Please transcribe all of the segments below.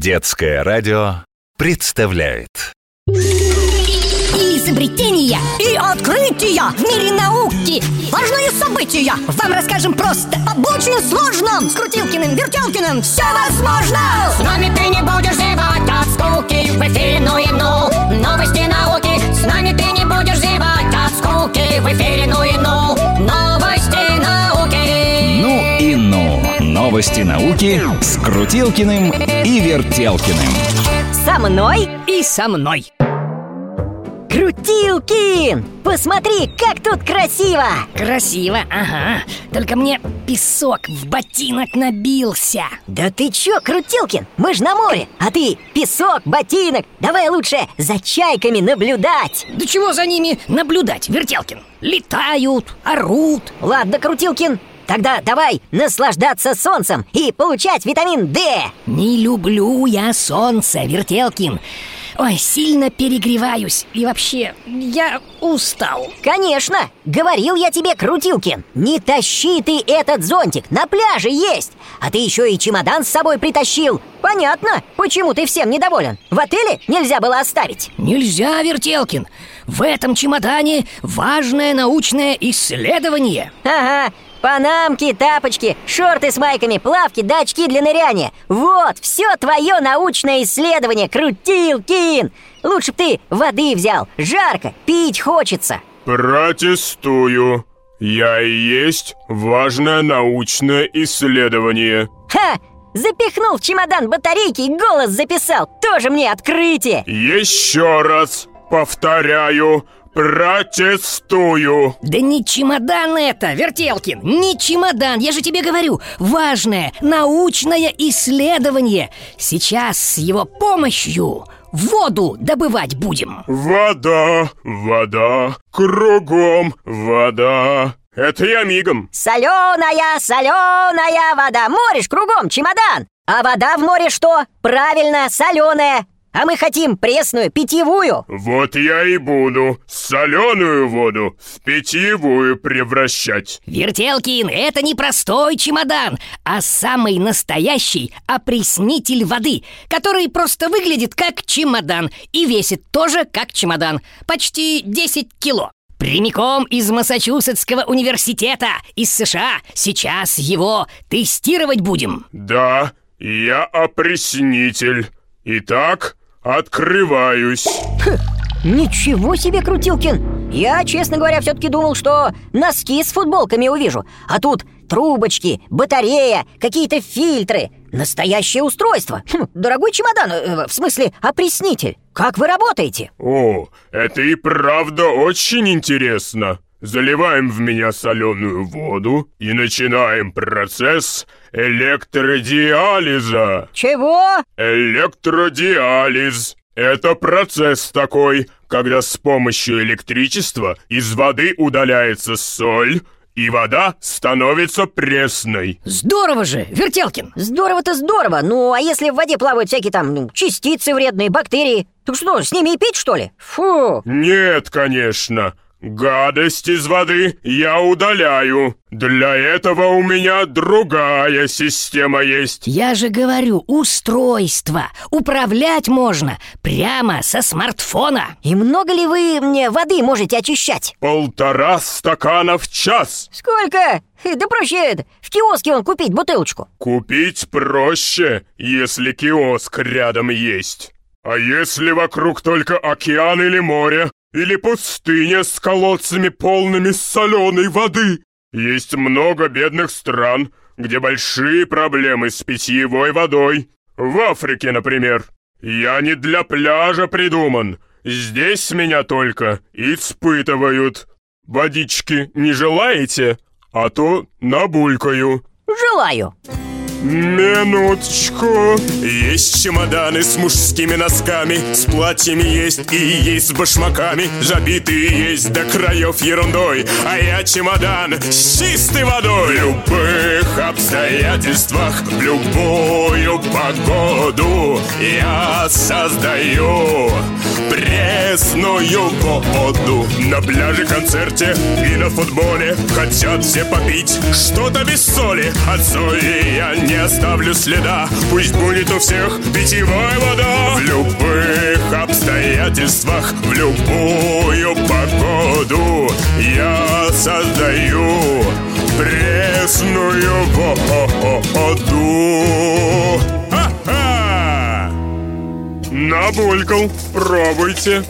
Детское радио представляет изобретения и открытия в мире науки. Важные события вам расскажем просто об очень сложном. С Крутилкиным, Вертелкиным все возможно. С нами ты не будешь зевать от скуки. В эфире новости науки. С нами ты не будешь зевать от скуки. В эфире новости науки. «Ну и ну». Новости науки с Крутилкиным и Вертелкиным. Со мной и со мной. Крутилкин! Посмотри, как тут красиво! Красиво, ага. Только мне песок в ботинок набился. Да ты чё, Крутилкин? Мы ж на море, а ты песок, ботинок. Давай лучше за чайками наблюдать. Да чего за ними наблюдать, Вертелкин? Летают, орут. Ладно, Крутилкин, тогда давай наслаждаться солнцем и получать витамин D. Не люблю я солнце, Вертелкин. Ой, сильно перегреваюсь. И вообще, я устал. Конечно, говорил я тебе, Крутилкин, не тащи ты этот зонтик, на пляже есть. А ты еще и чемодан с собой притащил. Понятно, почему ты всем недоволен. В отеле нельзя было оставить. Нельзя, Вертелкин. В этом чемодане важное научное исследование. Ага, панамки, тапочки, шорты с майками, плавки, да очки для ныряния. Вот, все твое научное исследование, Крутилкин. Лучше б ты воды взял, жарко, пить хочется. Протестую. Я и есть важное научное исследование. Ха! Запихнул в чемодан батарейки и голос записал. Тоже мне открытие. Еще раз повторяю. Протестую! Да не чемодан это, Вертелкин, не чемодан, я же тебе говорю. Важное научное исследование. Сейчас с его помощью воду добывать будем. Вода, кругом вода. Это я мигом. Соленая вода. Море ж кругом, чемодан. А вода в море что? Правильно, соленая. А мы хотим пресную, питьевую. Вот я и буду соленую воду в питьевую превращать. Вертелкин, это не простой чемодан, а самый настоящий опреснитель воды, который просто выглядит как чемодан и весит тоже как чемодан. Почти 10 кило. Прямиком из Массачусетского университета, из США. Сейчас его тестировать будем. Да, я опреснитель. Итак, открываюсь. Ничего себе, Крутилкин! Я, честно говоря, все-таки думал, что носки с футболками увижу. А тут трубочки, батарея, какие-то фильтры. Настоящее устройство. Дорогой чемодан, в смысле опреснитель. Как вы работаете? О, это и правда очень интересно. Заливаем в меня соленую воду и начинаем процесс электродиализа. Чего? Электродиализ. Это процесс такой, когда с помощью электричества из воды удаляется соль, и вода становится пресной. Здорово же, Вертелкин. Здорово-то здорово. Ну, а если в воде плавают всякие там частицы вредные, бактерии? Так что, с ними и пить, что ли? Фу. Нет, конечно. Гадость из воды я удаляю. Для этого у меня другая система есть. Я же говорю, устройство. Управлять можно прямо со смартфона. И много ли вы мне воды можете очищать? 1,5 стакана в час. Сколько? Да проще в киоске вон купить бутылочку. Купить проще, если киоск рядом есть. А если вокруг только океан или море? Или пустыня с колодцами, полными соленой воды? Есть много бедных стран, где большие проблемы с питьевой водой. В Африке, например. Я не для пляжа придуман. Здесь меня только испытывают. Водички не желаете? А то набулькаю. Желаю. Минуточку. Есть чемоданы с мужскими носками, с платьями есть и есть с башмаками. Забитые есть до краев ерундой, а я чемодан с чистой водой. В любых обстоятельствах, в любую погоду я создаю пресную воду. На пляже, концерте и на футболе хотят все попить что-то без соли. От соли я не оставлю следа, пусть будет у всех питьевая вода. В любых обстоятельствах, в любую погоду я создаю пресную воду. Ха-ха! Набулькал, пробуйте.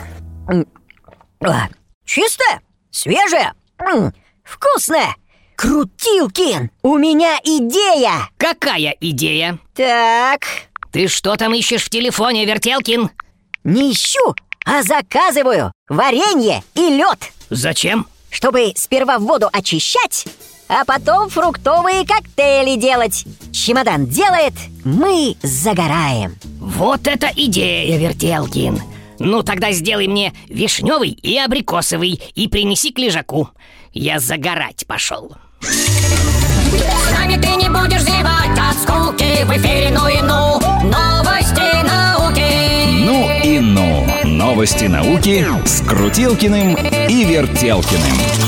Чистая, свежая, вкусная. Крутилкин, у меня идея. Какая идея? Так, Ты что там ищешь в телефоне, Вертелкин? не ищу, а заказываю варенье и лед, Зачем? чтобы сперва воду очищать, а потом фруктовые коктейли делать. Чемодан делает, мы загораем. Вот это идея, Вертелкин. Ну, тогда сделай мне вишневый и абрикосовый и принеси к лежаку. Я загорать пошел. С нами ты не будешь зевать от скуки. В эфире «Ну и ну» новости науки. Ну и ну. Новости науки с Крутилкиным и Вертелкиным.